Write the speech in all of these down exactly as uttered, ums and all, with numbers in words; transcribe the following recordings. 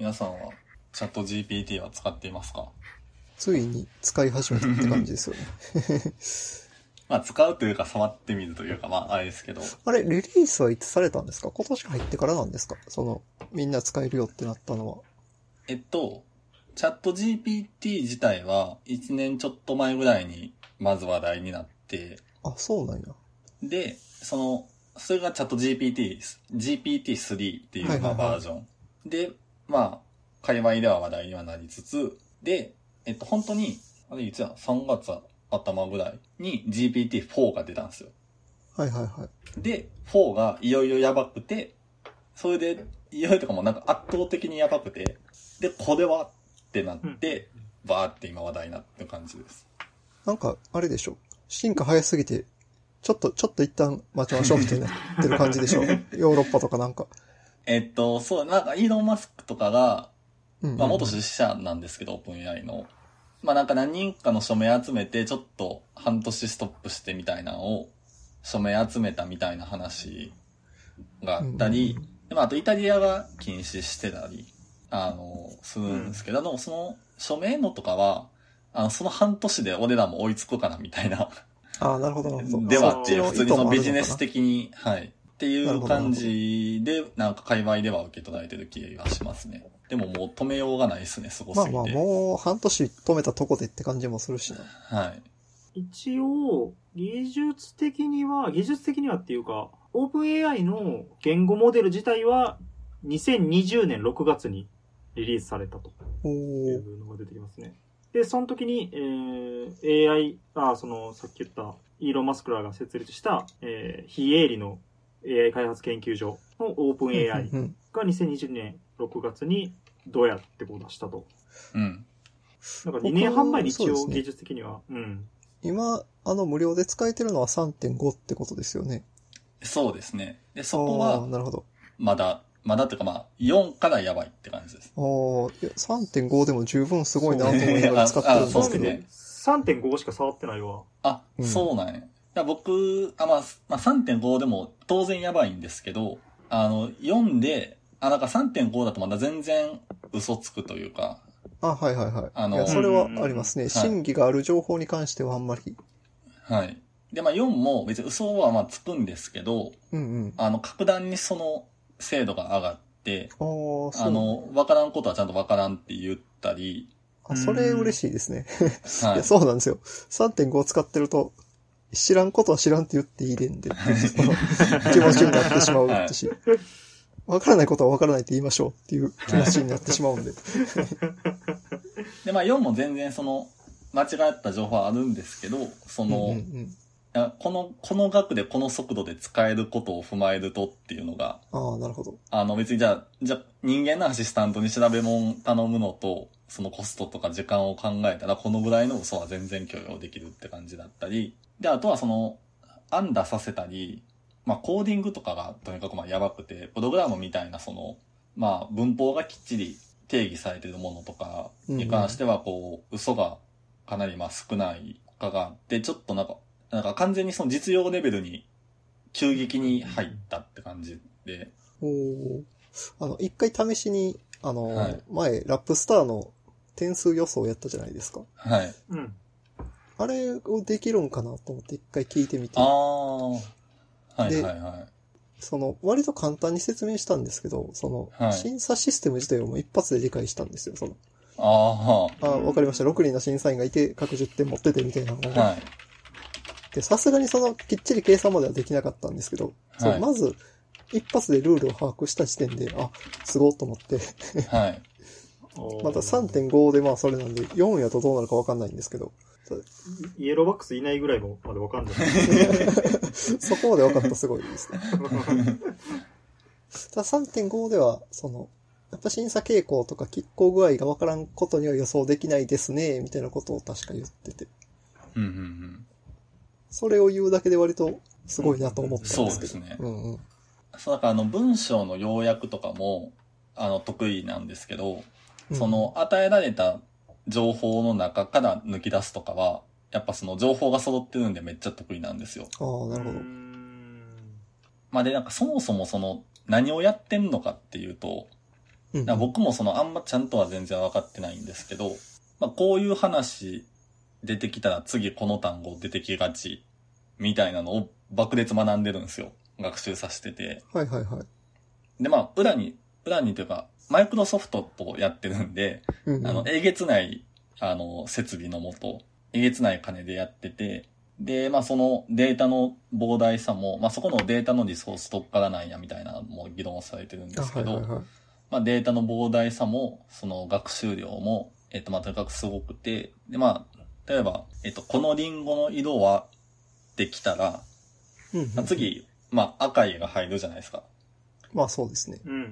皆さんはチャット ジーピーティー は使っていますか？ ついに使い始めたって感じですよね。 まあ使うというか触ってみるというか、まああれですけど。 あれ、リリースはいつされたんですか？今年入ってからなんですか？その、みんな使えるよってなったのは。 えっと、チャット ジーピーティー 自体はいちねんちょっと前ぐらいにまず話題になって、 あ、そうなんや。 で、その、それがチャット ジーピーティー、ジーピーティースリー っていうまあバージョン。で、まあ、界隈では話題にはなりつつ、で、えっと、本当に、あれいつや、さんがつ頭ぐらいに ジーピーティーフォー が出たんですよ。 はいはいはい。 で、フォーがいよいよやばくて、それで、いよいよとかもなんか圧倒的にやばくて、で、これはってなって、うん、バーって今話題になってる感じです。 なんか、あれでしょ。進化早すぎて、ちょっと、ちょっと一旦待ちましょうみたいになってる感じでしょ。ヨーロッパとかなんか。 えっと、そう、なんかイーロン・マスクとかが、まあ元出資者なんですけど、オープンエーアイ の。まあなんか何人かの署名集めて、ちょっと半年ストップしてみたいなのを、署名集めたみたいな話があったり、うんうんうん、まああとイタリアが禁止してたり、あの、するんですけど、うん、その署名のとかは、あの、その半年で俺らも追いつくかなみたいな。 ああ、なるほど、なるほど。 ではって、普通にそのビジネス的に、はい。っていう感じで、なんか界隈では受け取られてる気がしますね。でももう止めようがないですね、すごすぎて。 まあまあ、もう半年止めたとこでって感じもするしな。 はい。 一応、技術的には、技術的にはっていうか、オープンエーアイ の言語モデル自体は、にせんにじゅうねんろくがつにリリースされたというのが出てきますね。で、その時に、えー、エーアイ、あ、その、さっき言った、イーロン・マスクらが設立した、えー、非営利の エーアイ 開発研究所のオープン エーアイ がにせんにじゅうねんろくがつにどうやってこう出したと。 うん。 なんかにねんはんまえに一応技術的には。うね、うん。 今、あの無料で使えてるのは さんてんご ってことですよね。 そうですね。で、そこは、 なるほど。 まだ、まだっていうかまあ、よんからやばいって感じです。 ああ、さんてんご でも十分すごいなと思いながら使ってるんですけど。 ね、 さんてんご しか触ってないわ。 あ、うん、そうなんや。僕、あ、まあ、まあ、さんてんご でも当然やばいんですけど、あの、よんで、あ、なんか さんてんご だとまだ全然嘘つくというか。 あ、はいはいはい。あの、いやそれはありますね。真偽がある情報に関してはあんまり。 はい。で、まあよんも別に嘘はまあつくんですけど、 うんうん、 あの、格段にその精度が上がって、 あ, そうあの、わからんことはちゃんとわからんって言ったり。 あ、それ嬉しいですね。はい、いや、そうなんですよ。さんてんご を使ってると、知らんことは知らんって言っていいでんで、気持ちになってしまうし、わ、はい、からないことはわからないって言いましょうっていう気持ちになってしまうんで。 で、まあよんも全然その、間違った情報はあるんですけど、その、うんうんうんこの、この額でこの速度で使えることを踏まえるとっていうのが。 ああ、なるほど。 あの別にじゃあ、じゃあ人間のアシスタントに調べ物頼むのと、そのコストとか時間を考えたら、このぐらいの嘘は全然許容できるって感じだったり。で、あとはその、案出させたり、まあコーディングとかがとにかくまあやばくて、プログラムみたいなその、まあ文法がきっちり定義されているものとかに関してはこう、嘘がかなりまあ少ないかがあって、ちょっとなんか、なんか完全にその実用レベルに急激に入ったって感じで。 おー。あの、一回試しに、あの、はい、前、ラップスターの点数予想やったじゃないですか。 はい。 うん。 あれをできるんかなと思って一回聞いてみて。 ああ。はいはいはい。 その、割と簡単に説明したんですけど、その、はい、審査システム自体をもう一発で理解したんですよ、その。 ああ。あ、わかりました。ろくにんの審査員がいて、各じゅってん持っててみたいなのが。 はい。 で、さすがにその、きっちり計算まではできなかったんですけど、はい、そうまず、一発でルールを把握した時点で、あ、すごいと思って。 はい。 また さんてんご でまあそれなんで、よんやとどうなるかわかんないんですけど。 イエローバックスいないぐらいまでわかんない。 そこまでわかったすごいですね。ただ さんてんご では、その、やっぱ審査傾向とか拮抗具合がわからんことには予想できないですね、みたいなことを確か言ってて。 うんうんうん。 それを言うだけで割とすごいなと思ったんですけど。 そうですね。 うんうん。 そう、だからあの文章の要約とかも、あの得意なんですけど、うん、その与えられた情報の中から抜き出すとかは、やっぱその情報が揃ってるんでめっちゃ得意なんですよ。 ああ、なるほど。 まあでなんかそもそもその何をやってんのかっていうと、 うん、 だから僕もそのあんまちゃんとは全然分かってないんですけど、まあこういう話出てきたら次この単語出てきがちみたいなのを爆裂学んでるんですよ。学習させてて。 はいはいはい。 でまあ裏に、裏にというか、マイクロソフトとやってるんで、うんうん、あの、えげつない、あの、設備のもと、えげつない金でやってて、で、まあそのデータの膨大さも、まあそこのデータのリソースどっからなんやみたいなのも議論されてるんですけど、はいはいはい、まあデータの膨大さも、その学習量も、えっとまあとにかくすごくて、でまあ、例えば、えっと、このリンゴの色はできたら、 うんうんうん、 次、まあ赤いが入るじゃないですか。 まあそうですね。 うんうんうん。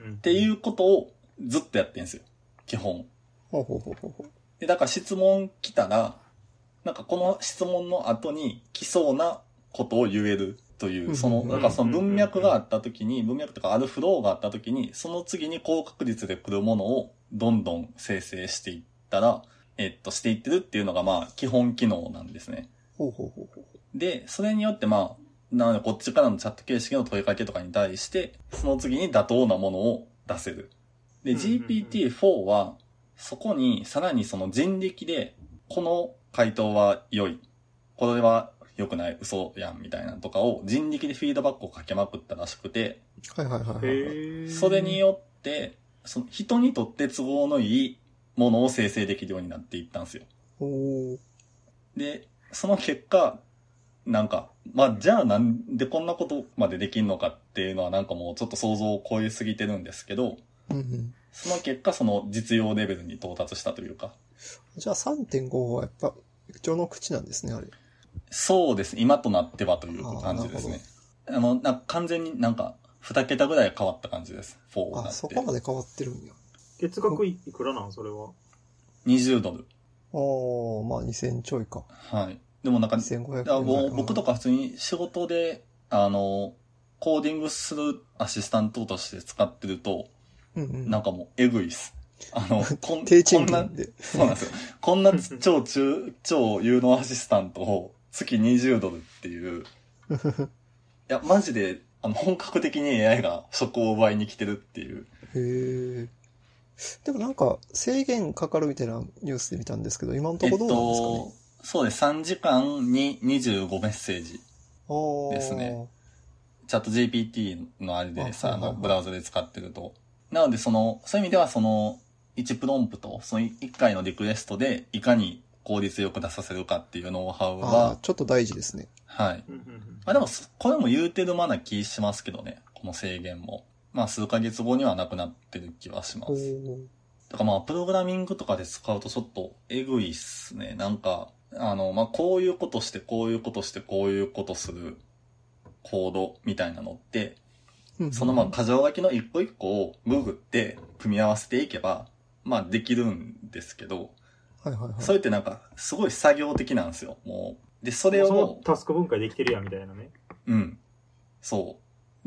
っていうことをずっとやってるんですよ。基本。 ほうほうほうほうほう。 で、だから質問来たら、なんかこの質問の後に来そうなことを言えるという、その、だからその文脈があった時に、文脈とかあるフローがあった時に、その次に高確率で来るものをどんどん生成していったら、えっと、していってるっていうのがまあ基本機能なんですね。 ほうほうほうほう。 で、それによってまあ、なのでこっちからのチャット形式の問いかけとかに対して、その次に妥当なものを出せる。で、ジーピーティーフォー は、そこにさらにその人力で、この回答は良い。これは良くない。嘘やん。みたいなとかを人力でフィードバックをかけまくったらしくて。 はいはいはいはい。 それによって、その人にとって都合のいいものを生成できるようになっていったんですよ。 おで、その結果、なんか、まあ、じゃあなんでこんなことまでできんのかっていうのはなんかもうちょっと想像を超えすぎてるんですけど、 うんうん、 その結果その実用レベルに到達したというか。 じゃあ さんてんご はやっぱ序の口なんですね、あれ。 そうですね。今となってはという感じですね。あの、なんか完全になんかに桁ぐらい変わった感じです。よんになって。 あ、そこまで変わってるんや。 月額いくらなんそれは。 にじゅうドル。 ああ、まあにせんちょいか。 はい。でもなんか、 にせんごひゃくえんもう僕とか普通に仕事で、あの、コーディングするアシスタントとして使ってると、 うんうん、 なんかもうエグいっす。あの、こん低賃金で。 そうなんですよ。こんな超中、超有能アシスタントを月にじゅうドルっていう。いや、マジで、あの、本格的に エーアイ が職を奪いに来てるっていう。 へえ。でもなんか制限かかるみたいなニュースで見たんですけど、今のところどうなんですかね。えっと、 そうです。さんじかんににじゅうごメッセージですね。チャット ジーピーティー のあれでさ、あ,、あの、ブラウザで使ってると。なので、その、そういう意味ではその、いちプロンプト、そのいっかいのリクエストでいかに効率よく出させるかっていうノウハウは、 ちょっと大事ですね。 はい。まあでも、これも言うてるまな気しますけどね、この制限も。まあ数ヶ月後にはなくなってる気はします。だからまあ、プログラミングとかで使うとちょっとエグいっすね。なんか、あの、まあこういうことして、こういうことして、こういうことするコードみたいなのって、そのまあ箇条書きの一個一個をググって組み合わせていけば、まあできるんですけど、 はいはいはい、 それってなんかすごい作業的なんですよ。もう。で、それを。そのタスク分解できてるやんみたいなね。 うん。そう。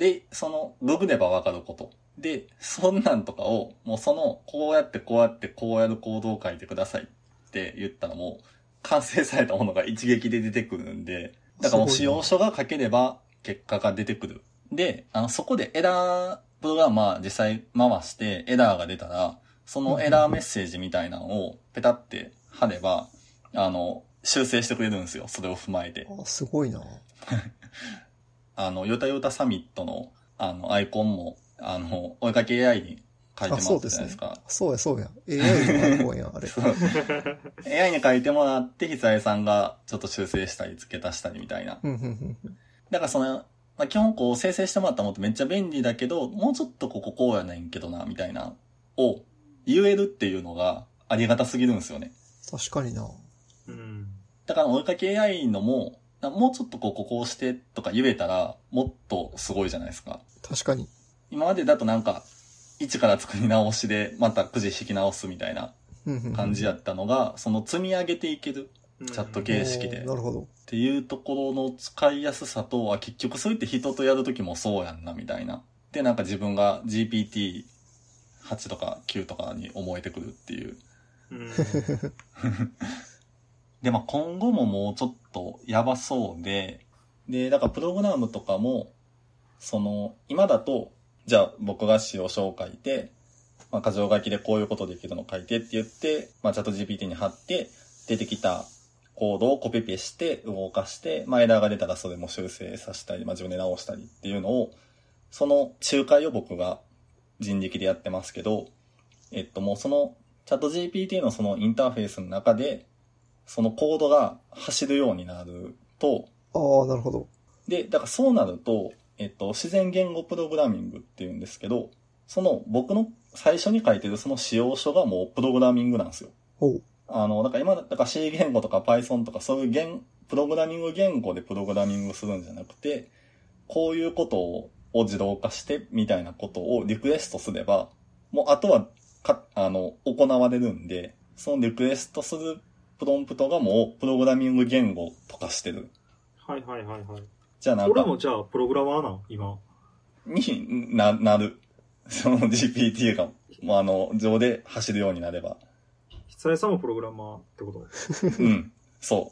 で、その、ググればわかること。で、そんなんとかを、もうその、こうやってこうやってこうやるコードを書いてくださいって言ったらもう、完成されたものが一撃で出てくるんで、だからもう使用書が書ければ結果が出てくる。で、あの、そこでエラー、プログラマー実際回してエラーが出たら、そのエラーメッセージみたいなのをペタって貼れば、あの、修正してくれるんですよ。それを踏まえて。 あ、すごいな。 あの、ヨタヨタサミットの、あの、アイコンも、あの、追いかけ エーアイ に書いてもらったじゃないですか。 そうですね。そうや、そうや。エーアイ のアイコンや、あれ。 エーアイ に書いてもらって、久江さんがちょっと修正したり、付け足したりみたいな。だからその、まあ、基本こう生成してもらったものってめっちゃ便利だけど、もうちょっとこここうやないんけどな、みたいな、を言えるっていうのがありがたすぎるんですよね。 確かにな。 うん。 だから追いかけ エーアイ のも、もうちょっとこう、ここをしてとか言えたら、もっとすごいじゃないですか。 確かに。 今までだとなんか、一から作り直しで、またくじ引き直すみたいな感じやったのが、その積み上げていける、チャット形式で。 なるほど。 っていうところの使いやすさとは、結局そう言って人とやるときもそうやんな、みたいな。で、なんか自分が ジーピーティーはち とかきゅうとかに思えてくるっていう。 うんで、まあ今後ももうちょっとやばそうで、で、だからプログラムとかも、その、今だと、じゃあ僕が使用書を書いて、 まあ、箇条書きでこういうことできるの書いてって言って、まあ、チャット ジーピーティー に貼って、出てきたコードをコピペして動かして、まあ、エラーが出たらそれも修正させたり、まあ、自分で直したりっていうのを、その仲介を僕が人力でやってますけど、えっともうそのチャット ジーピーティー のそのインターフェースの中で、そのコードが走るようになると、 ああ、なるほど。 で、だからそうなると、えっと、自然言語プログラミングっていうんですけど、その僕の最初に書いてるその仕様書がもうプログラミングなんですよ。 おう。 あの、だから今、だから C 言語とか Python とかそういう言、プログラミング言語でプログラミングするんじゃなくて、こういうことを自動化してみたいなことをリクエストすれば、もうあとはか、あの、行われるんで、そのリクエストするプロンプトがもうプログラミング言語とかしてる。 はいはいはいはい。 じゃあなんか。 俺もじゃあプログラマーなん今。 にな、なる。その ジーピーティー が、もうあの、上で走るようになれば。 久江さんもプログラマーってことうん。そう。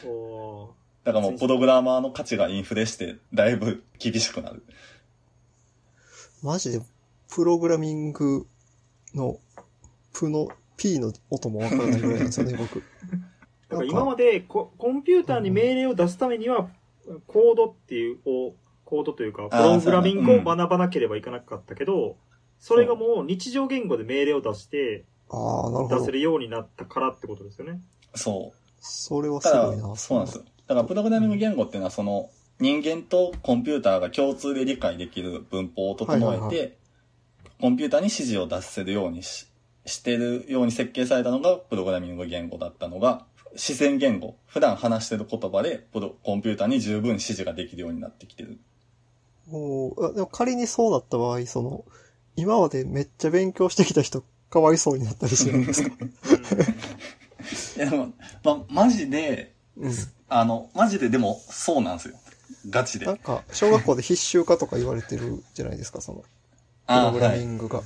おだからもうプログラマーの価値がインフレして、だいぶ厳しくなる。 マジで、プログラミングの、プの、P の音もわからないぐらいなんですよね、僕。 だから今までコ、コンピューターに命令を出すためには、コードっていう、をコードというか、プログラミングを学ばなければいけなかったけど、うん、それがもう日常言語で命令を出して、 ああ、なるほど。 出せるようになったからってことですよね。 そう。 それはすごいな。 そうなんですよ。だからプログラミング言語っていうのはその人間とコンピューターが共通で理解できる文法を整えて、はいはいはい、コンピューターに指示を出せるように し, してるように設計されたのがプログラミング言語だったのが、自然言語、普段話してる言葉でプロコンピューターに十分指示ができるようになってきてる。 おでも仮にそうだった場合、その今までめっちゃ勉強してきた人かわいそうになったりするんですか？ いやでも、ま、マジで、うん、あの、マジででもそうなんですよ。ガチで。 なんか、小学校で必修化とか言われてるじゃないですか、その、プログラミングが。はい、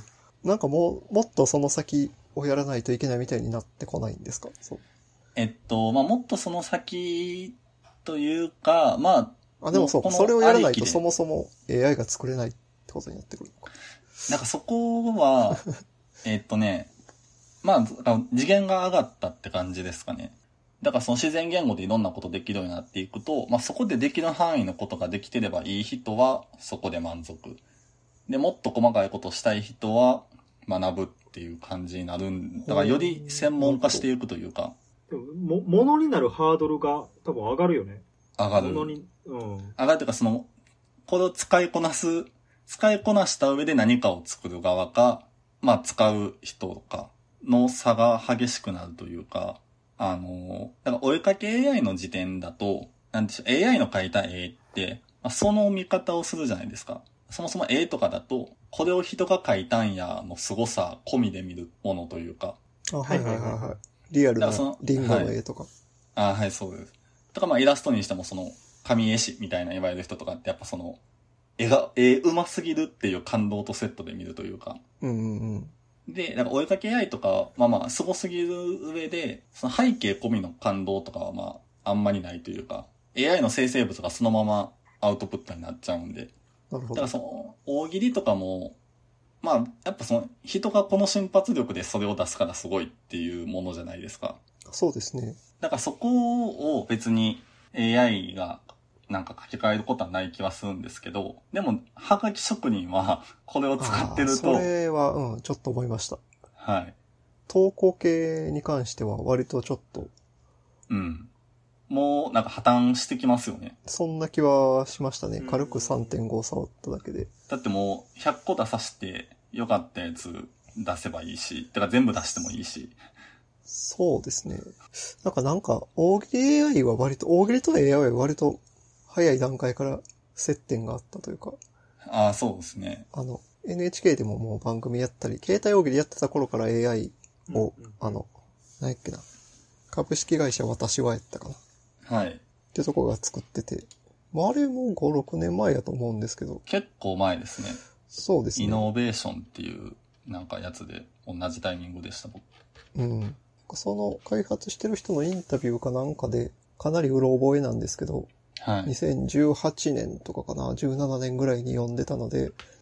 なんかもう、もっとその先をやらないといけないみたいになってこないんですか？そう。 えっと、まあ、もっとその先というか、まあ、あ、でもそう、それをやらないとそもそも エーアイ が作れないってことになってくるのか。 なんかそこは、えっとね、まあ、次元が上がったって感じですかね。だからその自然言語でいろんなことできるようになっていくと、まあそこでできる範囲のことができてればいい人はそこで満足。で、もっと細かいことをしたい人は学ぶっていう感じになるんだからより専門化していくというか。 でも、ものになるハードルが多分上がるよね。 上がる。 ものに、うん。 上がるというかその、これを使いこなす、使いこなした上で何かを作る側か、まあ使う人とかの差が激しくなるというか、あの、だからお絵かき エーアイ の時点だと、なんでしょう、エーアイ の描いた絵って、まあ、その見方をするじゃないですか。そもそも絵とかだと、これを人が描いたんやの凄さ込みで見るものというか。 あ、はいはいはいはい。リアルなリンゴの絵とか。 はい、あ、はい、そうです。とかまあイラストにしてもその、紙絵師みたいな言われる人とかってやっぱその、絵が、絵上手すぎるっていう感動とセットで見るというか。 うんうんうん。 で、なんかお絵かき エーアイ とか、まあまあ、凄すぎる上で、その背景込みの感動とかはまあ、あんまりないというか、エーアイ の生成物がそのままアウトプットになっちゃうんで。 なるほど。 だからその、大喜利とかも、まあ、やっぱその、人がこの瞬発力でそれを出すからすごいっていうものじゃないですか。 そうですね。 だからそこを別に エーアイ が、なんか書き換えることはない気はするんですけど、でも、はがき職人はこれを使ってると。 それは、うん、ちょっと思いました。 はい。 投稿系に関しては割とちょっと。 うん。もう、なんか破綻してきますよね。 そんな気はしましたね。軽く さんてんご 触っただけで。 だってもう、ひゃっこ出さしてよかったやつ出せばいいし、てか全部出してもいいし。 そうですね。なんかなんか、大喜利 エーアイ は割と、大喜利と エーアイ は割と、早い段階から接点があったというか。 ああ、そうですね。 あの、エヌエイチケー でももう番組やったり、携帯大喜利やってた頃から エーアイ を、うんうん、あの、何やっけな。株式会社私はやったかな。 はい。 ってとこが作ってて。まあ、あれもご、ろくねんまえやと思うんですけど。 結構前ですね。 そうですね。 イノベーションっていうなんかやつで同じタイミングでした、僕。 うん。その開発してる人のインタビューかなんかで、かなりうろ覚えなんですけど、 はい、 にせんじゅうはちねんとかかな、じゅうななねんぐらいに読んでたので、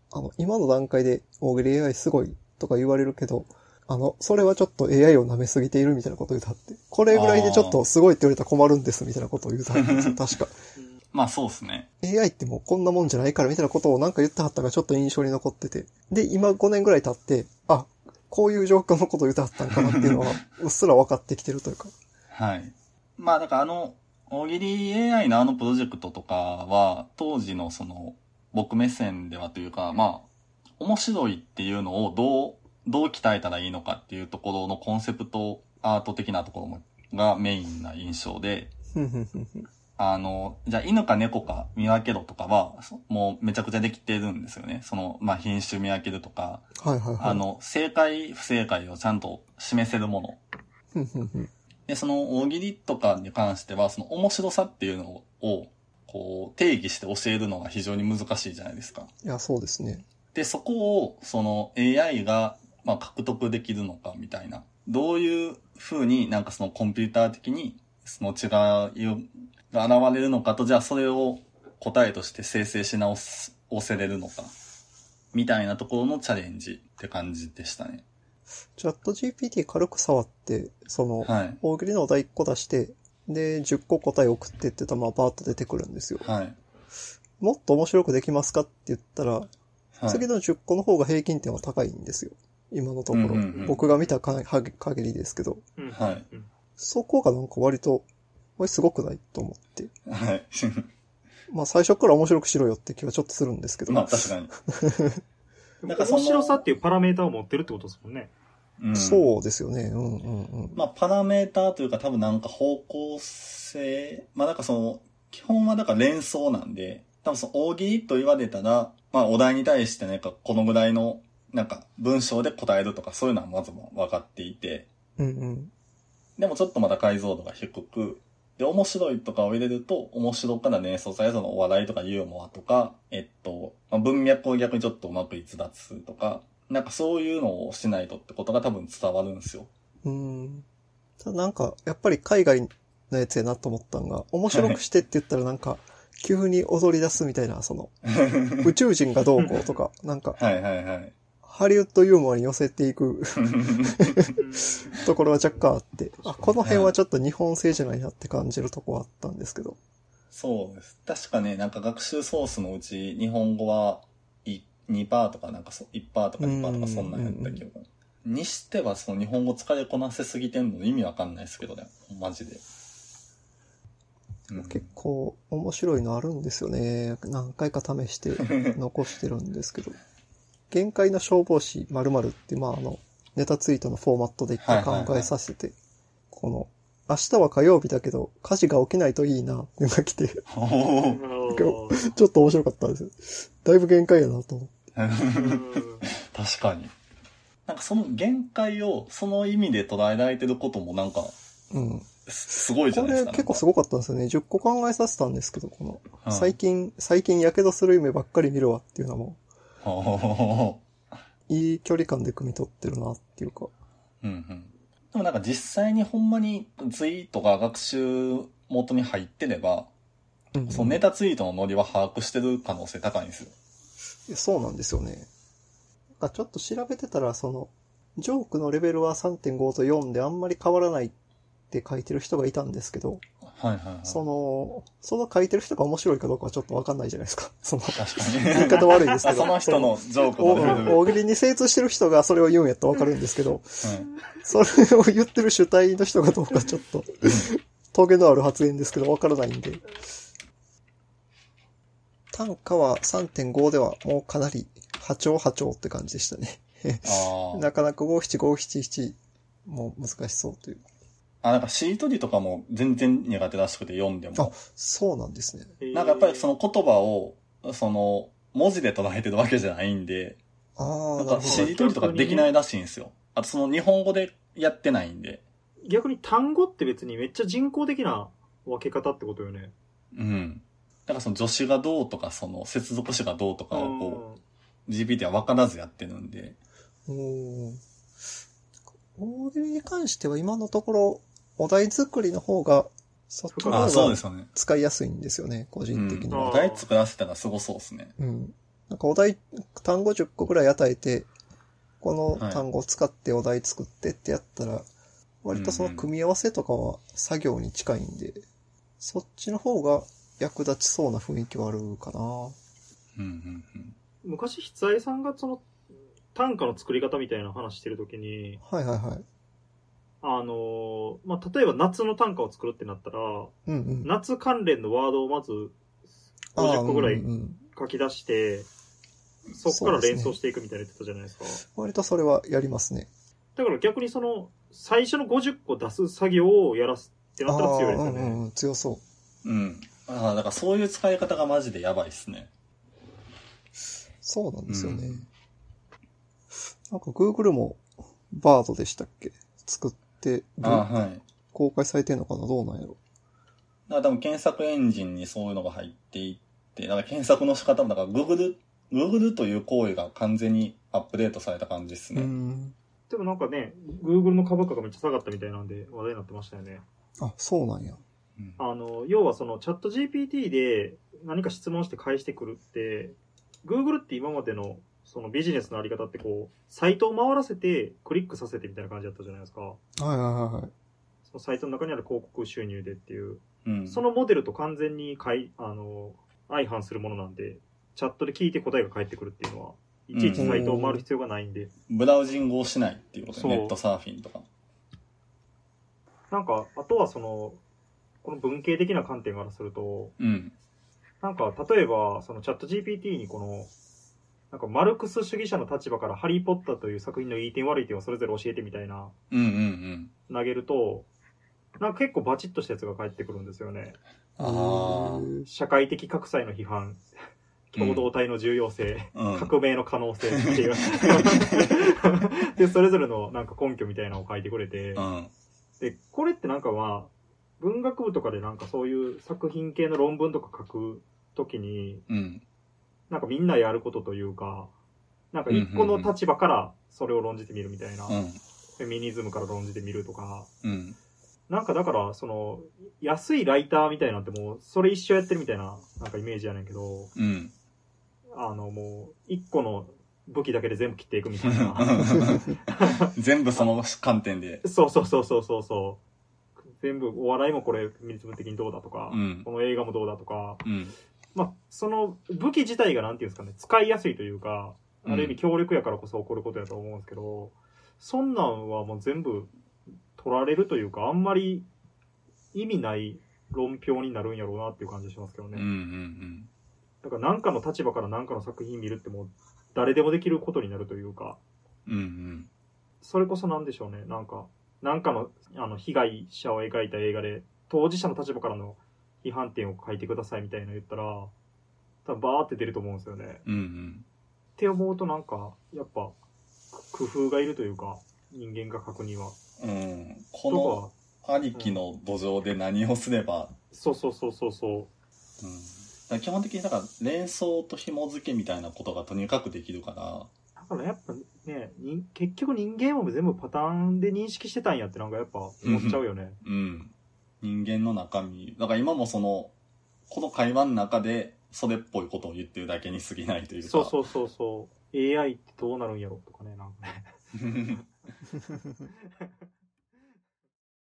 あの、今の段階で大喜利 エーアイ すごいとか言われるけど、あの、それはちょっと エーアイ を舐めすぎているみたいなことを言うたって、これぐらいでちょっとすごいって言われたら困るんですみたいなことを言うたんですよ、確か。 まあそうですね。 エーアイ ってもうこんなもんじゃないからみたいなことをなんか言ってはったがちょっと印象に残ってて。で、今ごねんぐらい経って、あ、こういう状況のことを言ってはったんかなっていうのは、うっすら分かってきてるというか。 はい。まあだからあの、大喜利 エーアイ のあのプロジェクトとかは、当時のその、僕目線ではというか、まあ、面白いっていうのをどう、どう鍛えたらいいのかっていうところのコンセプトアート的なところがメインな印象で、あの、じゃあ犬か猫か見分けろとかは、もうめちゃくちゃできてるんですよね。その、まあ品種見分けるとか、 はいはいはい、 あの、正解不正解をちゃんと示せるもの。で、その大喜利とかに関しては、その面白さっていうのを、こう、定義して教えるのが非常に難しいじゃないですか。 いや、そうですね。 で、そこを、その エーアイ が、まあ、獲得できるのかみたいな。どういう風になんかそのコンピューター的に、その違いが現れるのかと、じゃあそれを答えとして生成し直す、押せれるのか。みたいなところのチャレンジって感じでしたね。 チャット ジーピーティー 軽く触って、その、はい、大喜利のお題いっこ出して、で、じゅっこ答え送ってって言ったら、まあ、バーッと出てくるんですよ。はい。もっと面白くできますかって言ったら、はい、次のじゅっこの方が平均点は高いんですよ。今のところ。うんうんうん、僕が見たか限りですけど。はい。そこがなんか割と、これすごくないと思って。はい。まあ、最初から面白くしろよって気はちょっとするんですけど。 まあ、確かに。 なんか面白さっていうパラメーターを持ってるってことですもんね。 うん、そうですよね。うんうんうん。 まあ、パラメーターというか多分なんか方向性、まあなんかその、基本はだから連想なんで、多分その大喜利と言われたら、まあお題に対してなんかこのぐらいのなんか文章で答えるとかそういうのはまずも分かっていて、 うんうん。 でもちょっとまだ解像度が低く、で、面白いとかを入れると、面白から連想されるそのお笑いとかユーモアとか、えっと、まあ、文脈を逆にちょっとうまく逸脱するとか、なんかそういうのをしないとってことが多分伝わるんですよ。 うーん。ただなんか、やっぱり海外のやつやなと思ったのが、面白くしてって言ったらなんか、急に踊り出すみたいな、その、宇宙人がどうこうとか、なんか、 はいはいはい。 ハリウッドユーモアに寄せていくところは若干あって、あ、この辺はちょっと日本製じゃないなって感じるとこはあったんですけど。 そうです。確かね、なんか学習ソースのうち日本語は にパーセント とかなんか いちパーセント とか にパーセント とかそんなんやったけど。にしてはその日本語使いこなせすぎてんの意味わかんないですけどね。マジで。 うん、結構面白いのあるんですよね。何回か試して残してるんですけど。限界の消防士〇〇って、まあ、あの、ネタツイートのフォーマットで一回考えさせて、この、明日は火曜日だけど、火事が起きないといいな、っていうのが来て、ちょっと面白かったんですよ。だいぶ限界やなと思って。 確かに。なんかその限界をその意味で捉えられてることもなんか、うん。すごいじゃないですか。 これ結構すごかったんですよね。じゅっこ考えさせたんですけど、この、うん、最近、最近火傷する夢ばっかり見るわっていうのも、いい距離感で汲み取ってるなっていうか。 うんうん。でもなんか実際にほんまにツイートが学習元に入ってれば、うんうん、そのネタツイートのノリは把握してる可能性高いんですよ。 いやそうなんですよね。なんかちょっと調べてたら、その、ジョークのレベルは さんてんご とよんであんまり変わらないって書いてる人がいたんですけど、 はいはいはい。 その、その書いてる人が面白いかどうかはちょっとわかんないじゃないですか。その、 確かに。 言い方悪いですけど。 その人のジョークのレベル。 大喜利に精通してる人がそれを言うんやったらわかるんですけど、うん、それを言ってる主体の人がどうかちょっと、トゲのある発言ですけどわからないんで。単価は さんてんご ではもうかなり波長波長って感じでしたね。なかなかご七五七七も難しそうという。 あ、なんかしりとりとかも全然苦手らしくて読んでも。 あ、そうなんですね。 なんかやっぱりその言葉を、その、文字で捉えてるわけじゃないんで、 ああ、 なんかしりとりとかできないらしいんですよ。あとその日本語でやってないんで。 逆に単語って別にめっちゃ人工的な分け方ってことよね。 うん。だからその助詞がどうとか、その接続詞がどうとかをこう、ジーピーティー は分からずやってるんで。 おー。大喜利に関しては今のところ、お題作りの方が、そっちの方が使いやすいんですよね、個人的には。 うん、お題作らせたらすごそうですね。 うん。 なんかお題、単語じゅっこぐらい与えて、この単語を使ってお題作ってってやったら、はい、割とその組み合わせとかは作業に近いんで、うんうん、そっちの方が役立ちそうな雰囲気はあるかな。うんうんうん、昔、筆愛さんがその短歌の作り方みたいな話してるときに、 はいはいはい。 あの、まあ、例えば夏の短歌を作るってなったら、うんうん、夏関連のワードをまずごじゅっこぐらい書き出して、うんうん、そこから連想していくみたいな言ってたじゃないですか。 すね、割とそれはやりますね。 だから逆にその、最初のごじゅっこ出す作業をやらすってなったら強いですよね。 うんうん、強そう。 うん。ああ、だからそういう使い方がマジでやばいっすね。 そうなんですよね。うん、なんか Google もバードでしたっけ作ってあ、はい、 公開されてるのかなどうなんやろ。 だから多分検索エンジンにそういうのが入っていって、だから検索の仕方もだから Google、Google という行為が完全にアップデートされた感じですね。 うんでもなんかね、Google の株価がめっちゃ下がったみたいなんで話題になってましたよね。 あ、そうなんや。 あの、要はそのチャット ジーピーティー で何か質問して返してくるって、Google って今までのそのビジネスのあり方ってこう、サイトを回らせてクリックさせてみたいな感じだったじゃないですか。はいはいはい。 そのサイトの中にある広告収入でっていう、 うん、 そのモデルと完全にかいあの相反するものなんで、チャットで聞いて答えが返ってくるっていうのは、いちいちサイトを回る必要がないんで。 ブラウジングをしないっていうことで、ネットサーフィンとか。 なんか、あとはその、この文系的な観点からすると、 うん、 なんか、例えば、そのチャット ジーピーティー にこの、なんかマルクス主義者の立場からハリーポッターという作品のいい点悪い点をそれぞれ教えてみたいな、 うんうんうん、 投げると、なんか結構バチッとしたやつが返ってくるんですよね。 あ社会的格差への批判。共同体の重要性、 うん、 革命の可能性っていうでそれぞれのなんか根拠みたいなのを書いてくれて、 うん、 でこれってなんかまあ文学部とかでなんかそういう作品系の論文とか書くときに、 うん、 なんかみんなやることというか、なんか一個の立場からそれを論じてみるみたいな、 うん、 フェミニズムから論じてみるとか、 うん、 なんかだからその安いライターみたいなってもうそれ一生やってるみたいななんかイメージやねんけど、 うん、 あのもう一個の武器だけで全部切っていくみたいな全部その観点でそうそうそうそうそうそう全部お笑いもこれフェミニズム的にどうだとか、 うん、 この映画もどうだとか、 うん、 まあその武器自体がなんていうんですかね使いやすいというか、ある意味強力やからこそ起こることやと思うんですけど、うん、そんなんはもう全部取られるというかあんまり意味ない論評になるんやろうなっていう感じしますけどね。 うんうんうんだから何かの立場から何かの作品見るってもう誰でもできることになるというか、 うんうん、 それこそなんでしょうね、なんか何かのあの被害者を描いた映画で当事者の立場からの批判点を書いてくださいみたいなの言ったら多分バーって出ると思うんですよね。 うんうん、 って思うとなんかやっぱ工夫がいるというか人間が書くには、 うん、このありきの土壌で何をすれば、うん、 そうそうそうそうそう、 うん基本的にだから連想と紐付けみたいなことがとにかくできるからだからやっぱねに結局人間も全部パターンで認識してたんやってなんかやっぱ思っちゃうよね、 うん、人間の中身だから今もそのこの会話の中でそれっぽいことを言ってるだけに過ぎないというかそうそうそうそう エーアイ ってどうなるんやろとかねなんかね